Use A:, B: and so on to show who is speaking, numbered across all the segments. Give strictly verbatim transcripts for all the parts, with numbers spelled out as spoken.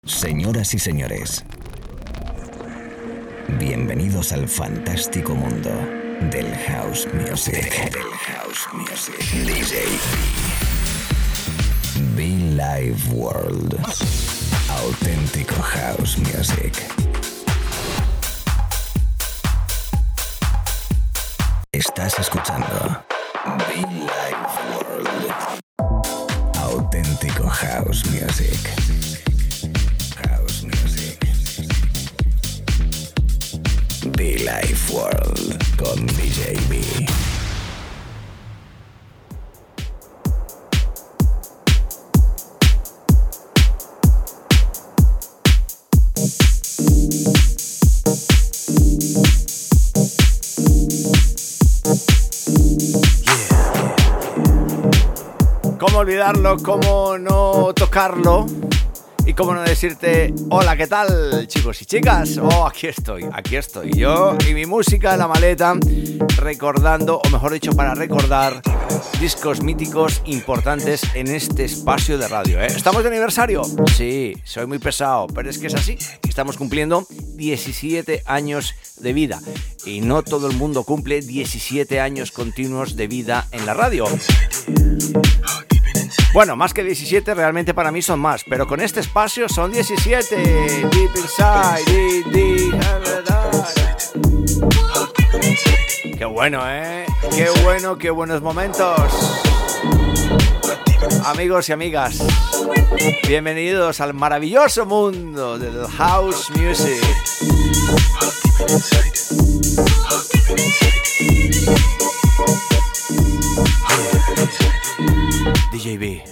A: Señoras y señores, bienvenidos al fantástico mundo del house music. Del house music. D J Be Live World. Auténtico house music. Estás escuchando Be Live World. Auténtico house music. House music. Be Live World con D J B.
B: ¿Cómo olvidarlo? ¿Cómo no tocarlo? Y cómo no decirte, hola, ¿qué tal, chicos y chicas? Oh, aquí estoy, aquí estoy yo y mi música en la maleta, recordando, o mejor dicho, para recordar discos míticos importantes en este espacio de radio, ¿eh? ¿Estamos de aniversario? Sí, soy muy pesado, pero es que es así. Estamos cumpliendo diecisiete años de vida y no todo el mundo cumple diecisiete años continuos de vida en la radio. Bueno, más que diecisiete, realmente para mí son más, pero con este espacio son diecisiete. Deep inside, deep, deep, qué bueno, ¿eh? Qué bueno, qué buenos momentos. Amigos y amigas, bienvenidos al maravilloso mundo del house music. D J B.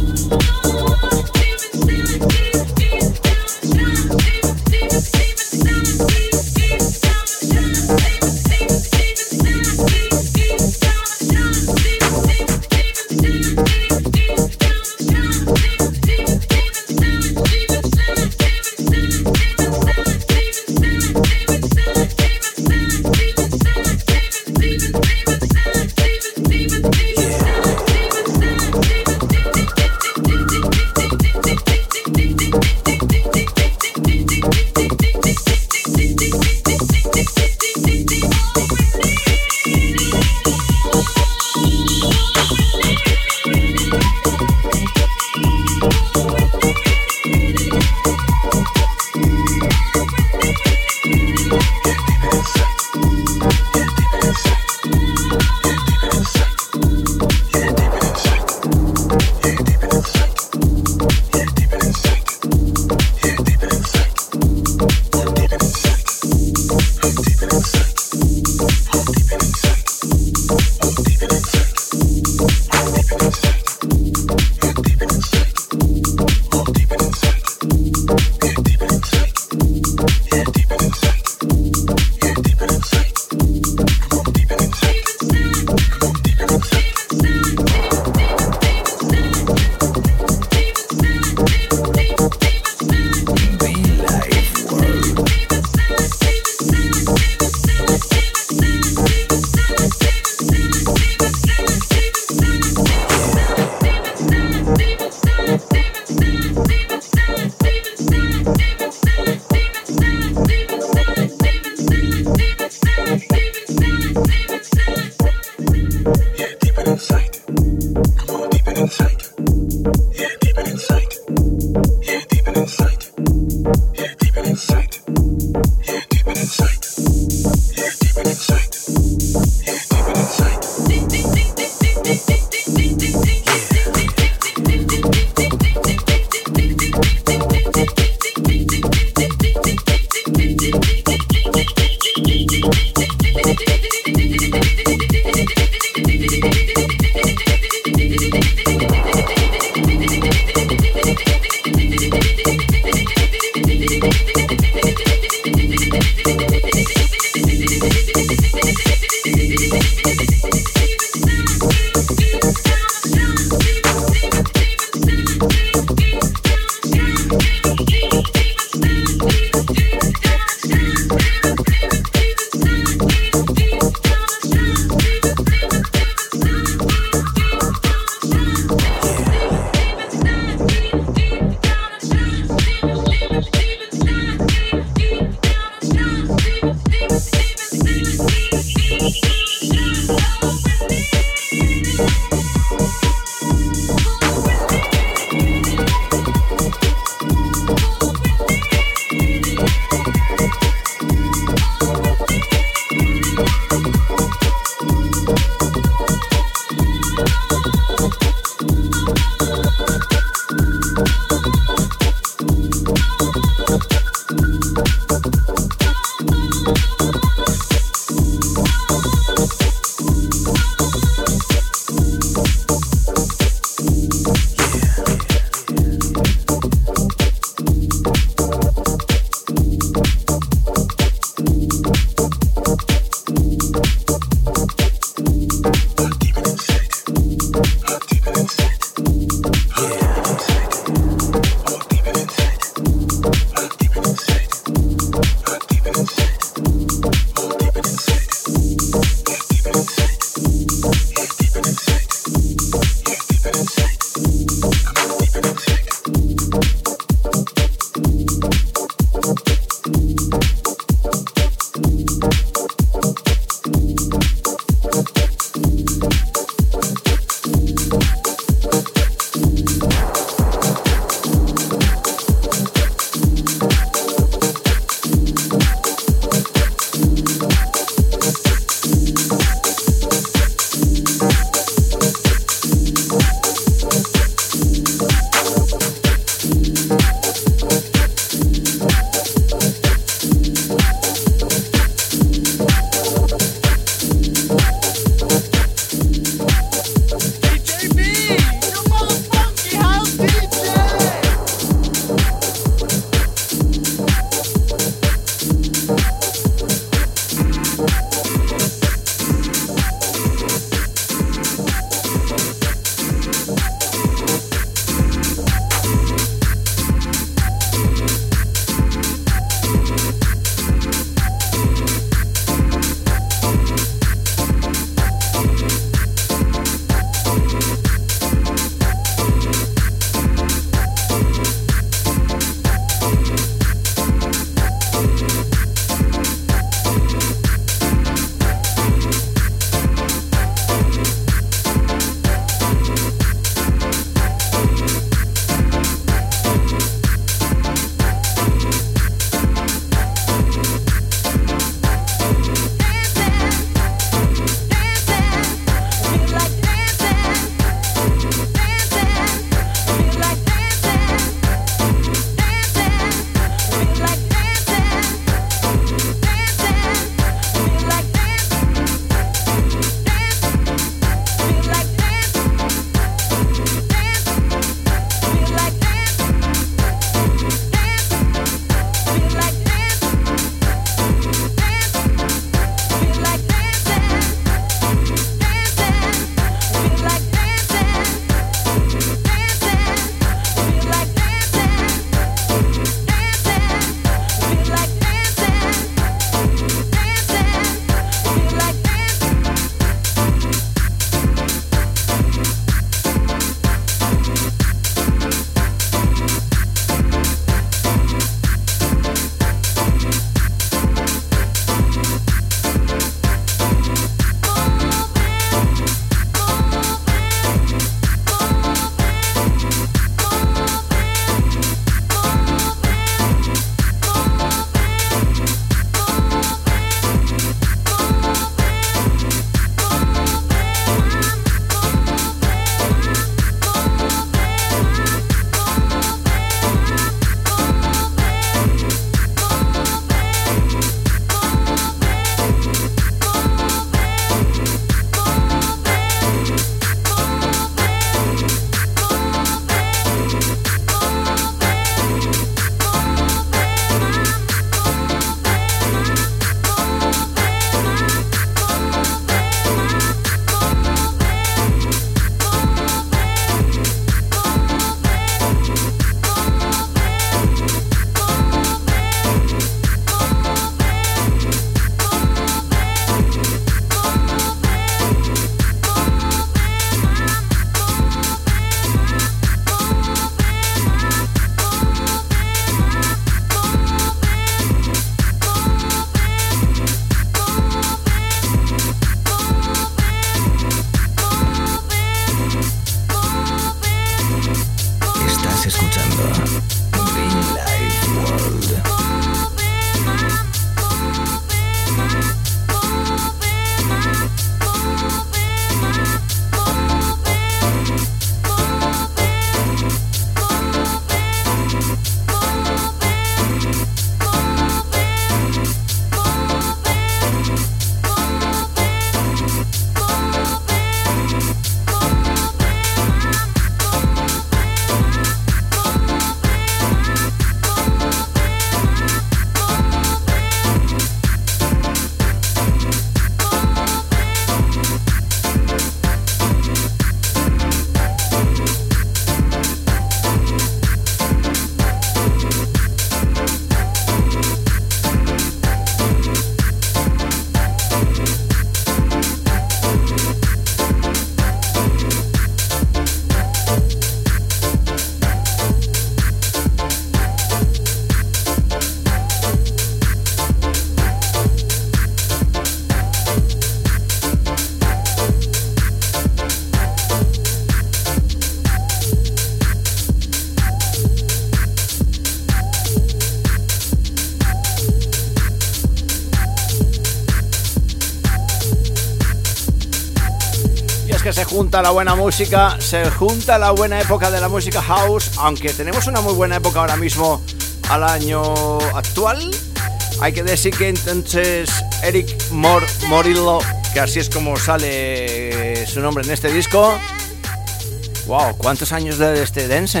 B: Se junta la buena música, se junta la buena época de la música house, aunque tenemos una muy buena época ahora mismo al año actual. Hay que decir que entonces Eric Mor Morillo, que así es como sale su nombre en este disco. Wow, ¿cuántos años de este Densen?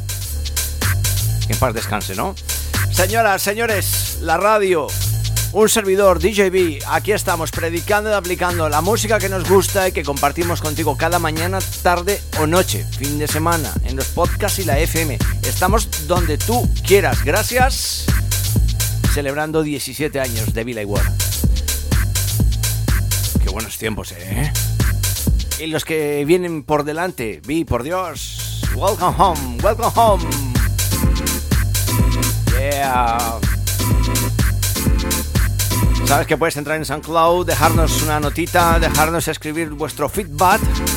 B: Que en paz descanse, ¿no? Señoras, señores, la radio, un servidor, D J B, aquí estamos predicando y aplicando la música que nos gusta y que compartimos contigo cada mañana, tarde o noche, fin de semana, en los podcasts y la F M. Estamos donde tú quieras. Gracias. Celebrando diecisiete años de Billy Ward. Qué buenos tiempos, ¿eh? Y los que vienen por delante, Vi, por Dios. Welcome home, welcome home. Yeah. Sabes que puedes entrar en SoundCloud, dejarnos una notita, dejarnos escribir vuestro feedback.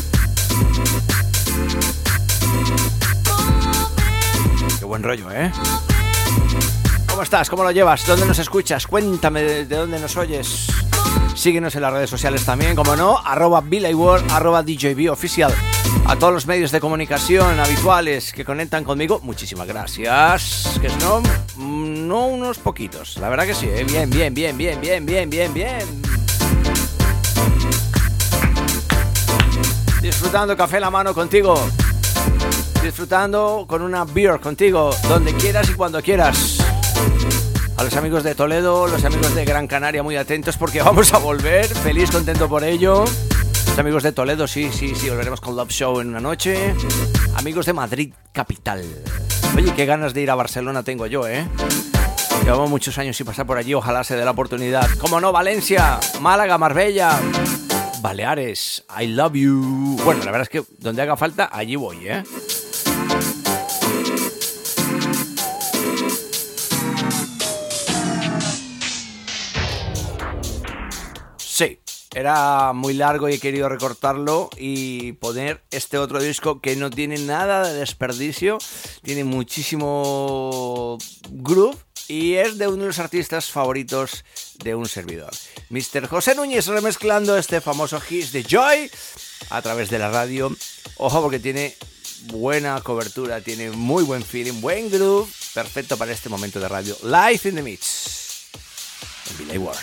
B: Qué buen rollo, ¿eh? ¿Cómo estás? ¿Cómo lo llevas? ¿Dónde nos escuchas? Cuéntame de, de dónde nos oyes. Síguenos en las redes sociales también, como no, arroba BillyWorld, arroba D J B Oficial. A todos los medios de comunicación habituales que conectan conmigo, muchísimas gracias. Que no, no unos poquitos, la verdad que sí, ¿eh? Bien, bien, bien, bien, bien, bien, bien, bien. Disfrutando café en la mano contigo. Disfrutando con una beer contigo, donde quieras y cuando quieras. A los amigos de Toledo, los amigos de Gran Canaria, muy atentos porque vamos a volver. Feliz, contento por ello. Los amigos de Toledo, sí, sí, sí, volveremos con Love Show en una noche. Amigos de Madrid capital. Oye, qué ganas de ir a Barcelona tengo yo, ¿eh? Llevamos muchos años sin pasar por allí, ojalá se dé la oportunidad. Como no, Valencia, Málaga, Marbella, Baleares, I love you. Bueno, la verdad es que donde haga falta, allí voy, ¿eh? Sí, era muy largo y he querido recortarlo y poner este otro disco que no tiene nada de desperdicio, tiene muchísimo groove y es de uno de los artistas favoritos de un servidor. mister José Núñez remezclando este famoso Hits de Joy a través de la radio. Ojo porque tiene buena cobertura, tiene muy buen feeling, buen groove, perfecto para este momento de radio. Live in the Mix en Billy Ward.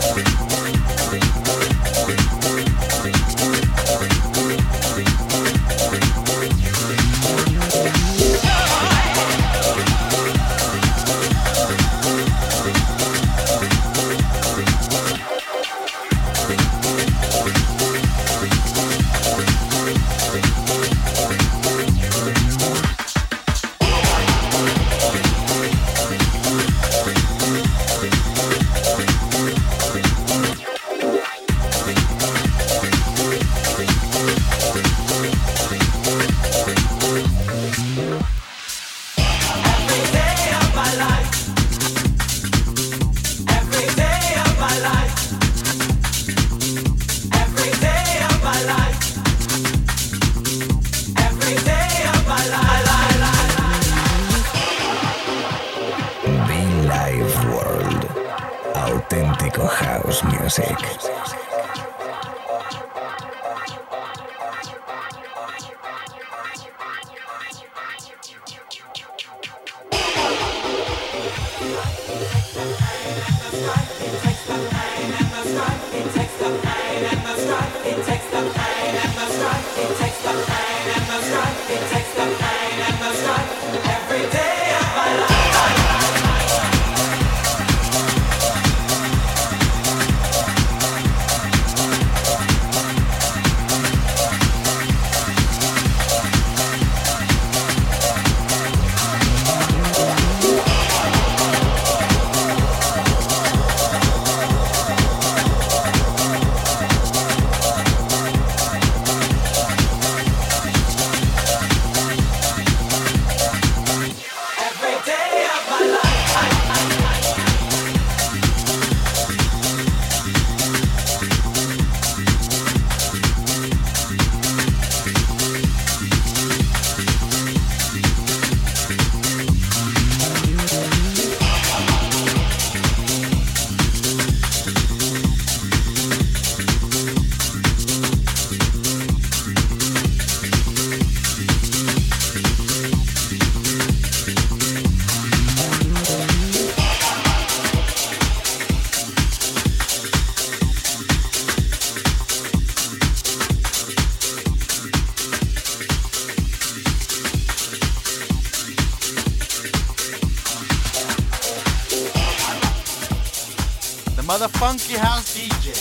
C: Mother Funky House D J.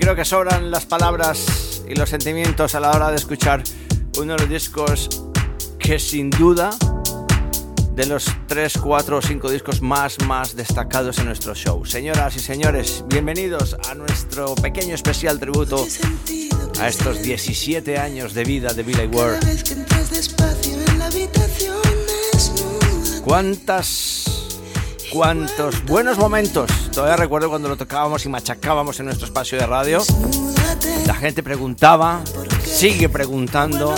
B: creo que sobran las palabras y los sentimientos a la hora de escuchar uno de los discos que sin duda de los tres, cuatro o cinco discos más, más destacados en nuestro show. Señoras y señores, bienvenidos a nuestro pequeño especial tributo a estos diecisiete años de vida de Billy Ward. ¿Cuántas, cuántos buenos momentos? Todavía recuerdo cuando lo tocábamos y machacábamos en nuestro espacio de radio. La gente preguntaba, sigue preguntando.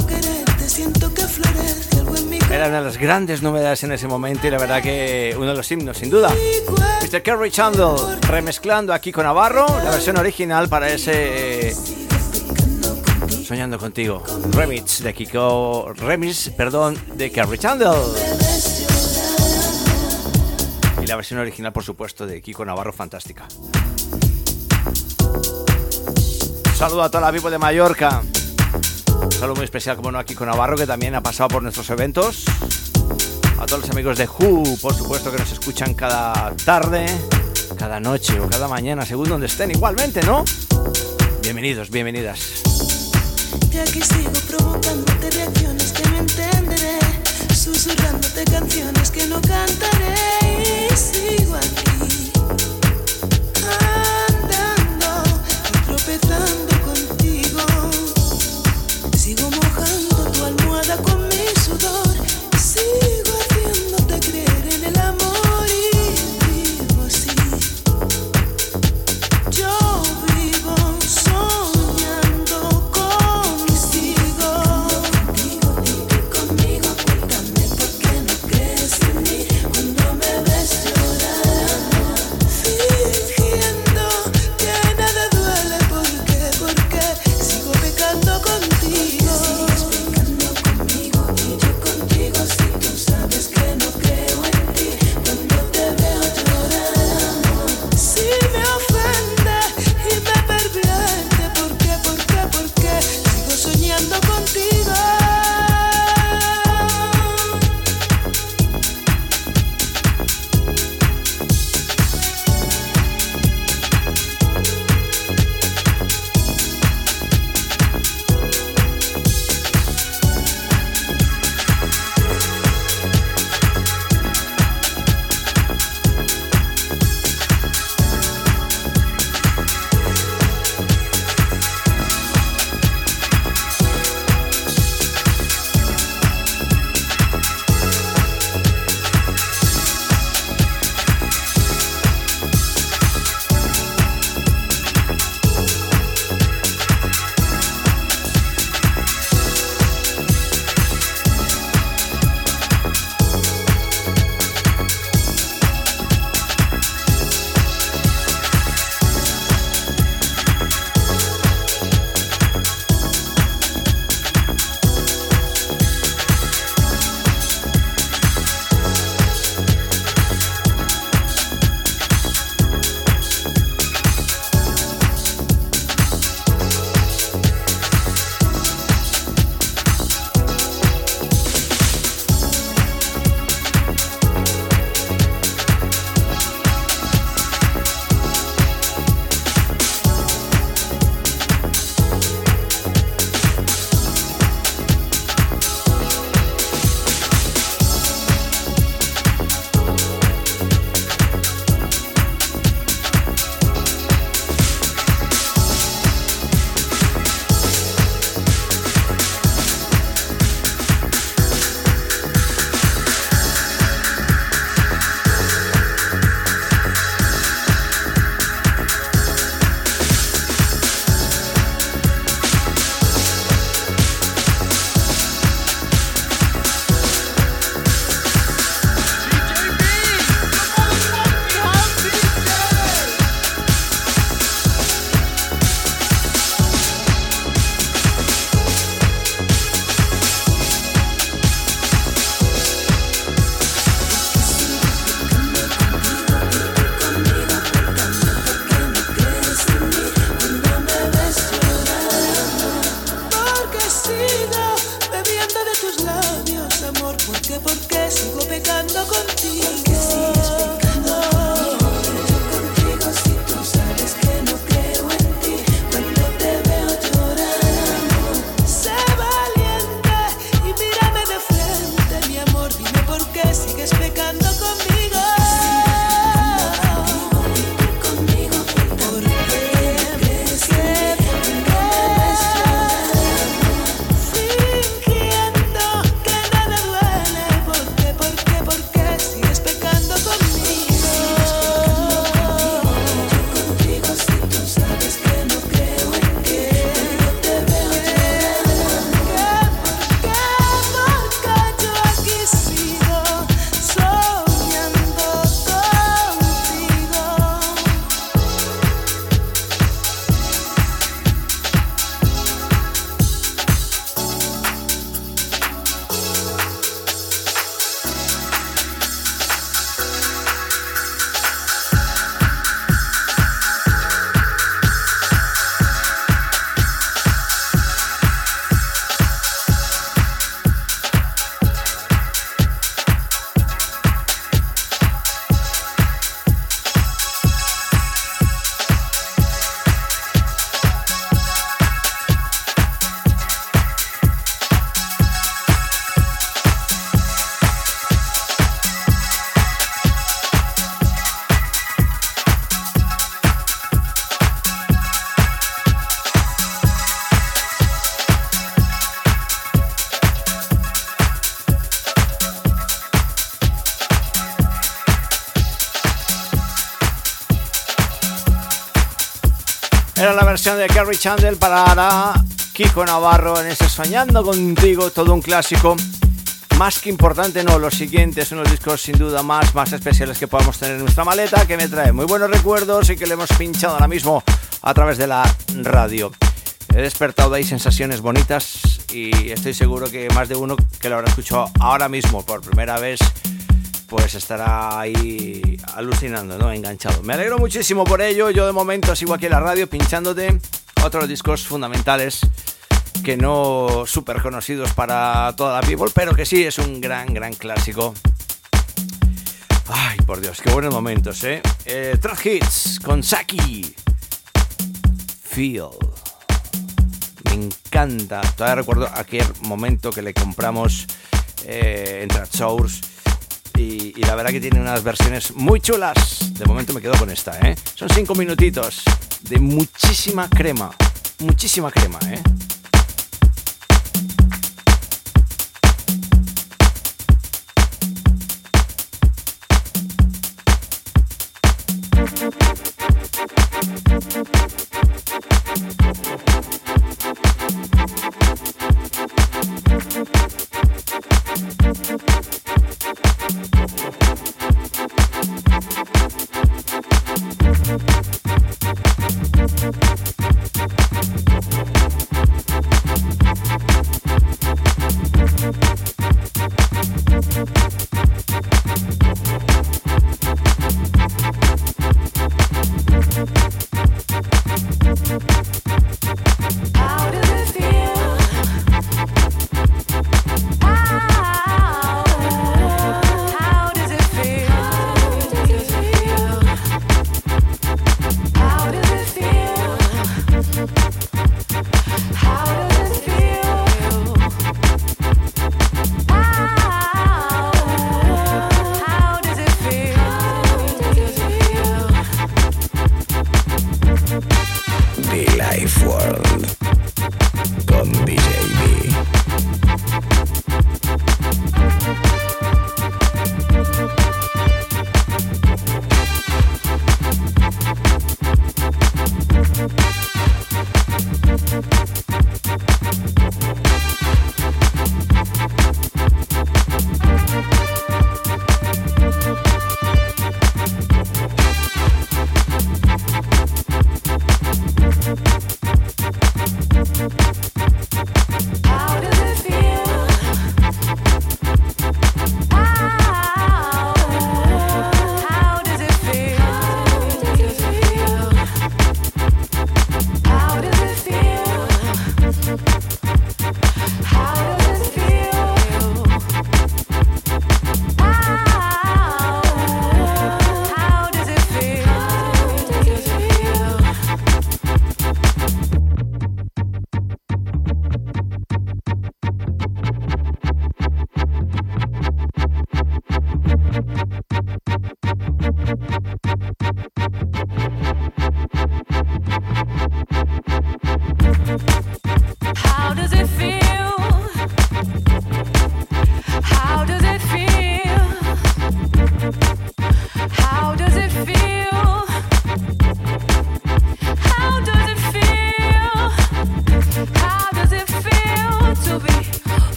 B: Era una de las grandes novedades en ese momento y la verdad que uno de los himnos, sin duda. mister Kerry Chandler remezclando aquí con Navarro la versión original para ese eh, Soñando Contigo remix de Kiko, remix, perdón, de Kerry Chandler. Y la versión original, por supuesto, de Kiko Navarro, fantástica. Un saludo a toda la people de Mallorca. Un saludo muy especial, como no, a Kiko Navarro, que también ha pasado por nuestros eventos. A todos los amigos de Who, por supuesto, que nos escuchan cada tarde, cada noche o cada mañana, según donde estén, igualmente, ¿no? Bienvenidos, bienvenidas.
D: Ya que sigo provocándote reacciones que no entenderé, susurrándote canciones que no cantaré, y sigo aquí, andando, tropezando contigo. Sigo mojando tu almohada con mi sudor, sigo haciéndote creer en el amor y vivo así. Yo vivo soñando contigo. Contigo, vive conmigo, cuéntame por qué no crees en mí cuando me ves llorando, fingiendo que nada duele. ¿Por qué? Porque sigo pecando contigo. qué sigues pecando conmigo.
B: Era la versión de Kerry Chandler para Kiko Navarro en ese Soñando Contigo, todo un clásico. Más que importante, no, los siguientes, unos discos sin duda más, más especiales que podamos tener en nuestra maleta, que me trae muy buenos recuerdos y que le hemos pinchado ahora mismo a través de la radio. He despertado de ahí sensaciones bonitas y estoy seguro que más de uno que lo habrá escuchado ahora mismo por primera vez, pues estará ahí alucinando, ¿no? Enganchado. Me alegro muchísimo por ello. Yo de momento sigo aquí en la radio pinchándote otros discos fundamentales que no súper conocidos para toda la people, pero que sí es un gran, gran clásico. Ay, por Dios, qué buenos momentos, ¿eh? eh Track Hits con Saki. Feel. Me encanta. Todavía recuerdo aquel momento que le compramos eh, en Track Source. Y, y la verdad que tiene unas versiones muy chulas. De momento me quedo con esta, ¿eh? Son cinco minutitos de muchísima crema. Muchísima crema, ¿eh?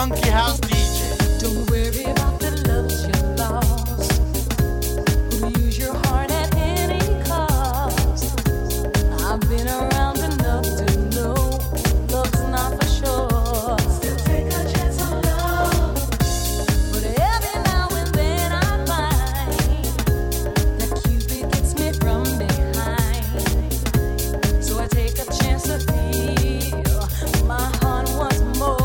C: funky house D J.
D: Don't worry about the loves you lost. We'll use your heart at any cost. I've been around enough to know love's not for sure. Still take a chance on love. But every now and then I find that Cupid gets me from behind. So I take a chance to feel my heart once more.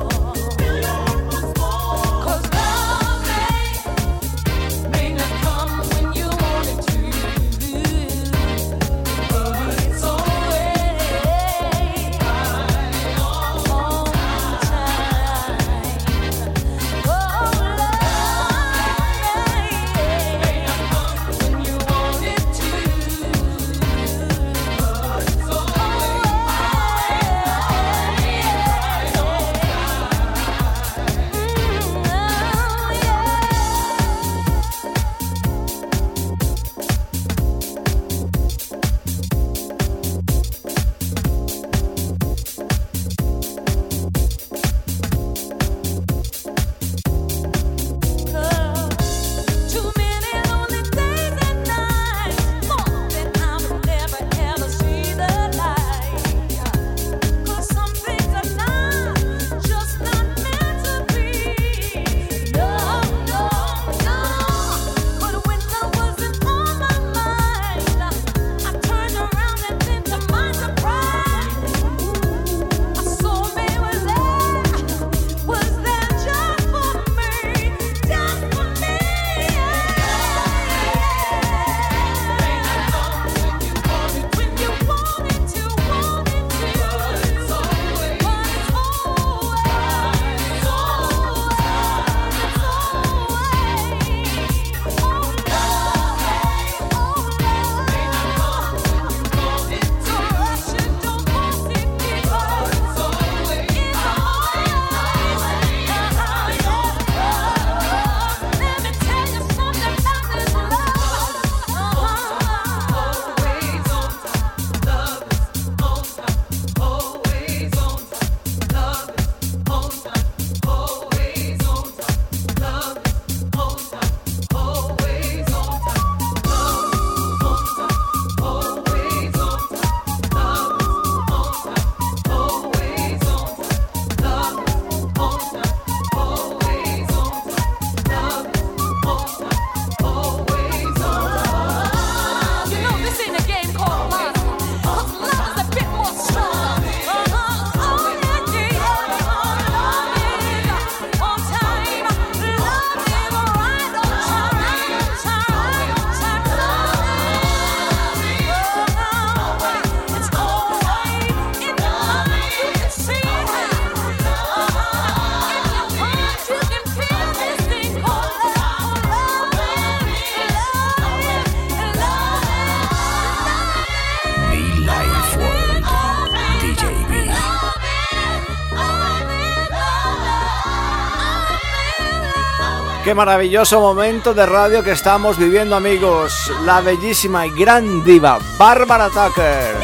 B: Qué maravilloso momento de radio que estamos viviendo, amigos. La bellísima y gran diva Barbara Tucker.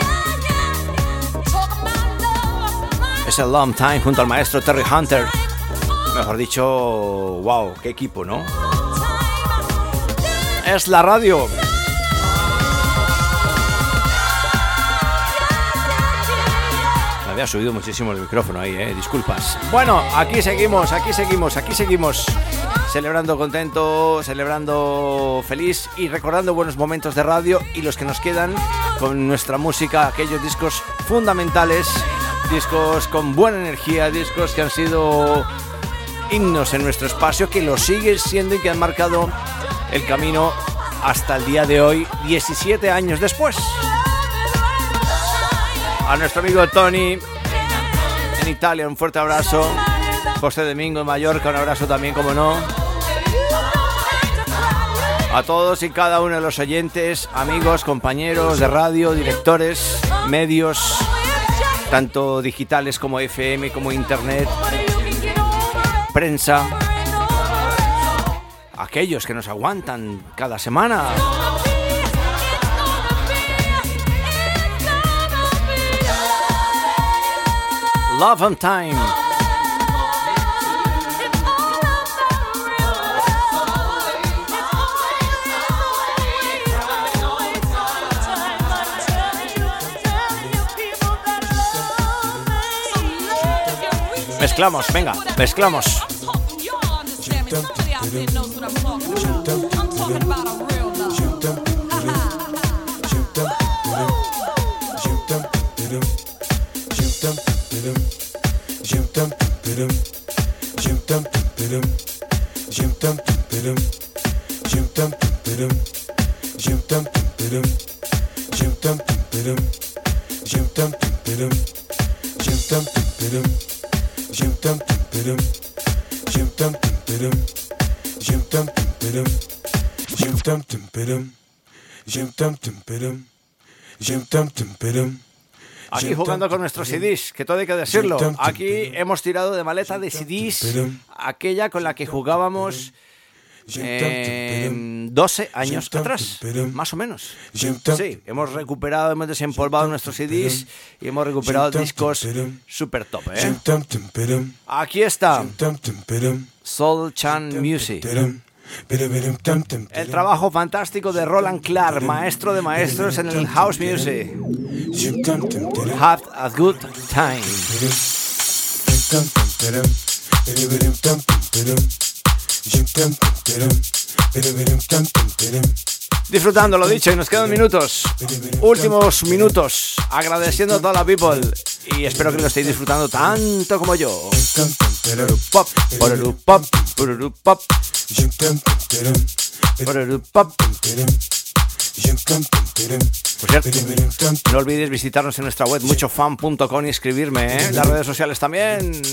B: Es el Long Time junto al maestro Terry Hunter. Mejor dicho, wow, qué equipo, ¿no? Es la radio. Me había subido muchísimo el micrófono ahí, eh, disculpas. Bueno, aquí seguimos, aquí seguimos, aquí seguimos. Celebrando contento, celebrando feliz y recordando buenos momentos de radio y los que nos quedan con nuestra música, aquellos discos fundamentales, discos con buena energía, discos que han sido himnos en nuestro espacio, que lo siguen siendo y que han marcado el camino hasta el día de hoy, diecisiete años después. A nuestro amigo Tony en Italia, un fuerte abrazo. José Domingo en Mallorca, un abrazo también, como no. A todos y cada uno de los oyentes, amigos, compañeros de radio, directores, medios, tanto digitales como F M, como internet, prensa, aquellos que nos aguantan cada semana. Love and Time. Mezclamos, venga, mezclamos. Aquí jugando con nuestros C Ds, que todo hay que decirlo. Aquí hemos tirado de maleta de C Ds aquella con la que jugábamos eh, doce años atrás, más o menos. Sí, hemos recuperado, hemos desempolvado nuestros C Ds y hemos recuperado discos super top, ¿eh? Aquí está Soul Chan Music. El trabajo fantástico de Roland Clark, maestro de maestros en el house music. Have a good time. Disfrutando, lo dicho, y nos quedan minutos. Últimos minutos. Agradeciendo a toda la people. Y espero que lo estéis disfrutando tanto como yo. Pop, pop, pop, pop. Por cierto, no olvidéis visitarnos en nuestra web muchofan punto com y escribirme, ¿eh? Las redes sociales también.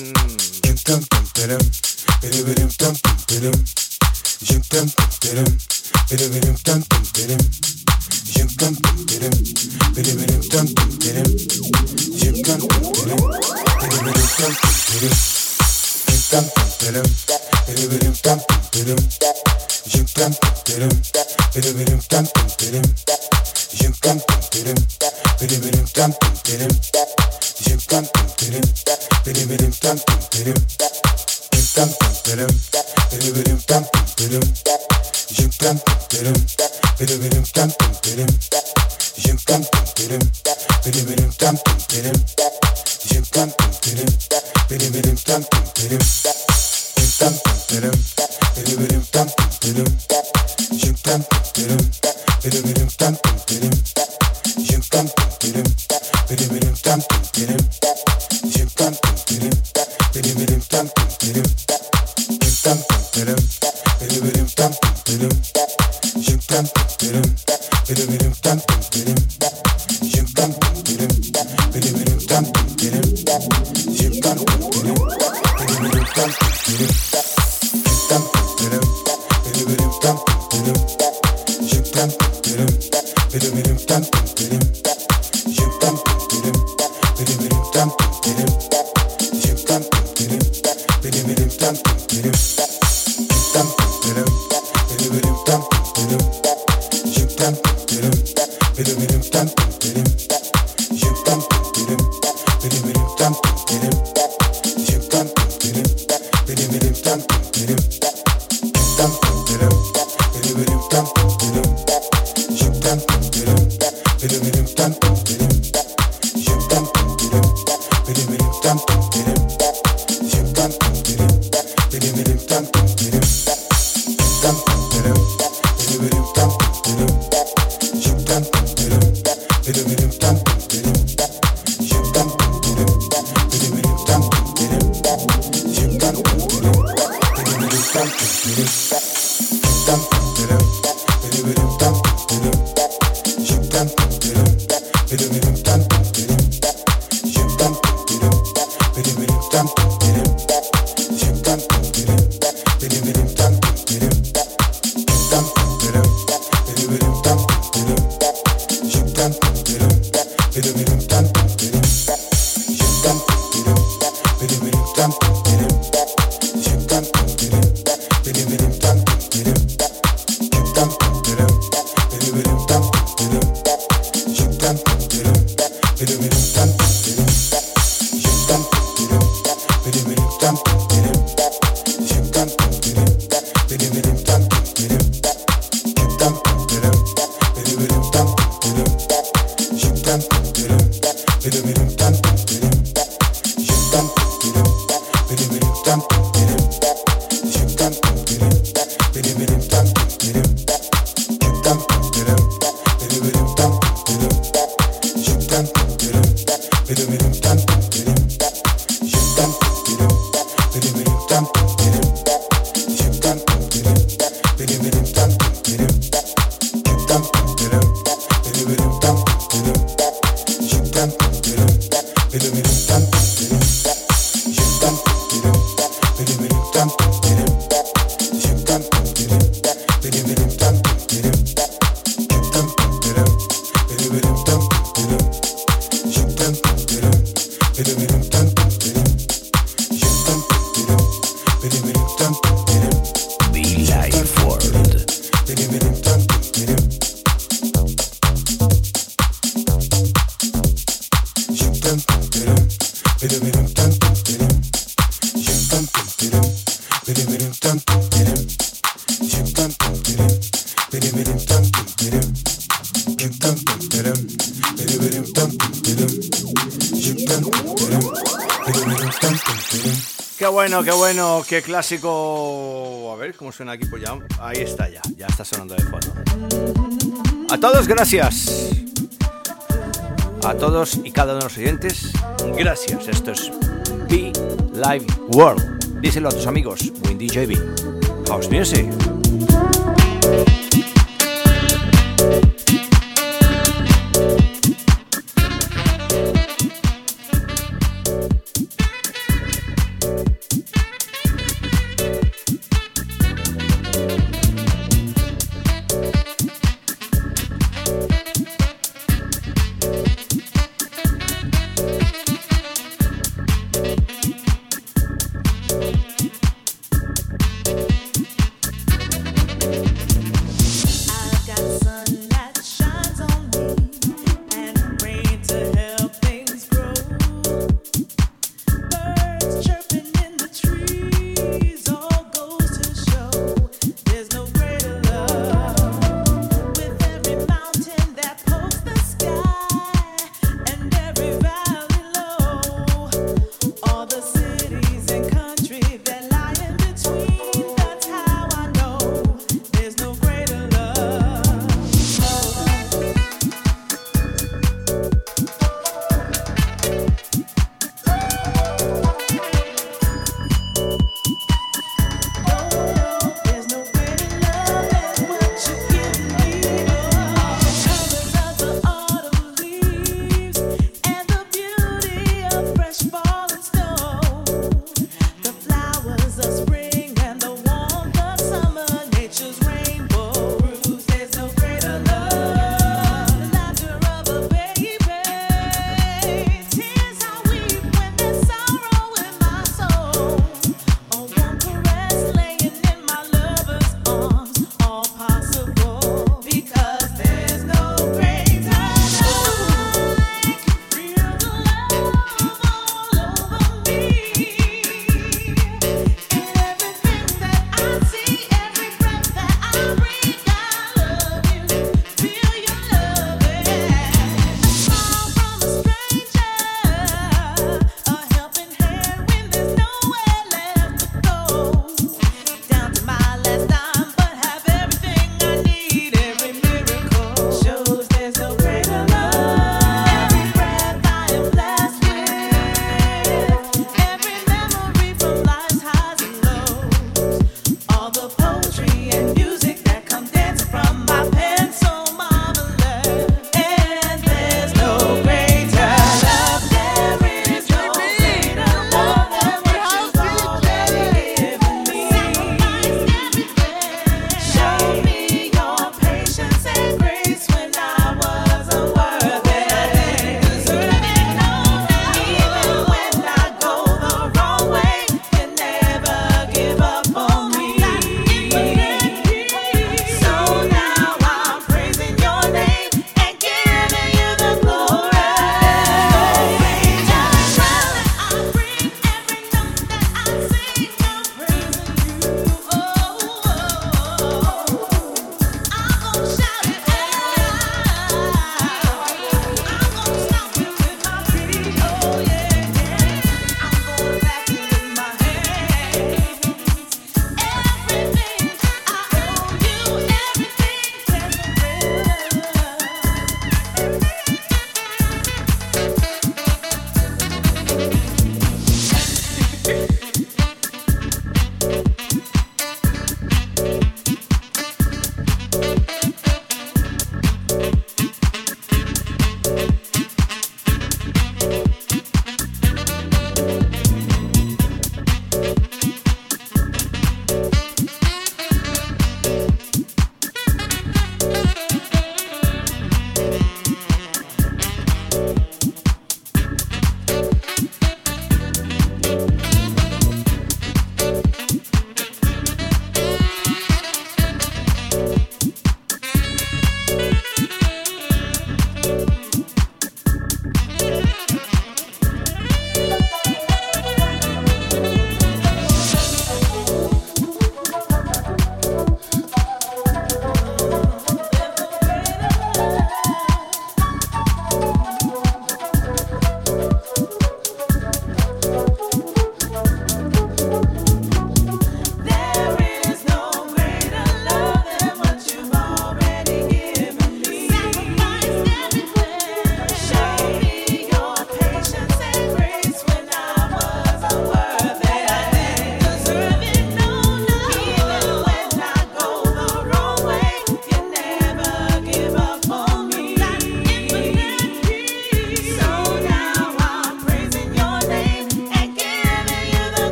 B: Qué bueno, qué bueno, qué clásico. A ver cómo suena aquí, pues ya. Ahí está, ya, ya está sonando de fondo. A todos, gracias. A todos y cada uno de los oyentes, gracias. Esto es Be Live World. Díselo a tus amigos. Windy J B. House Music.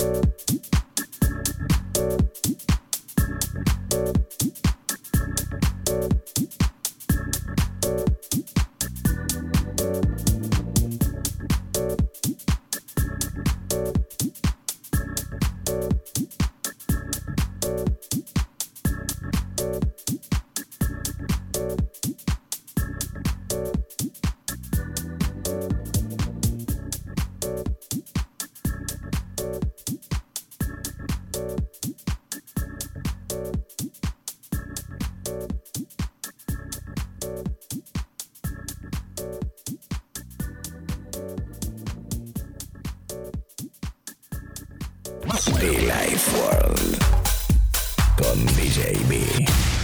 A: The Life World con D J B.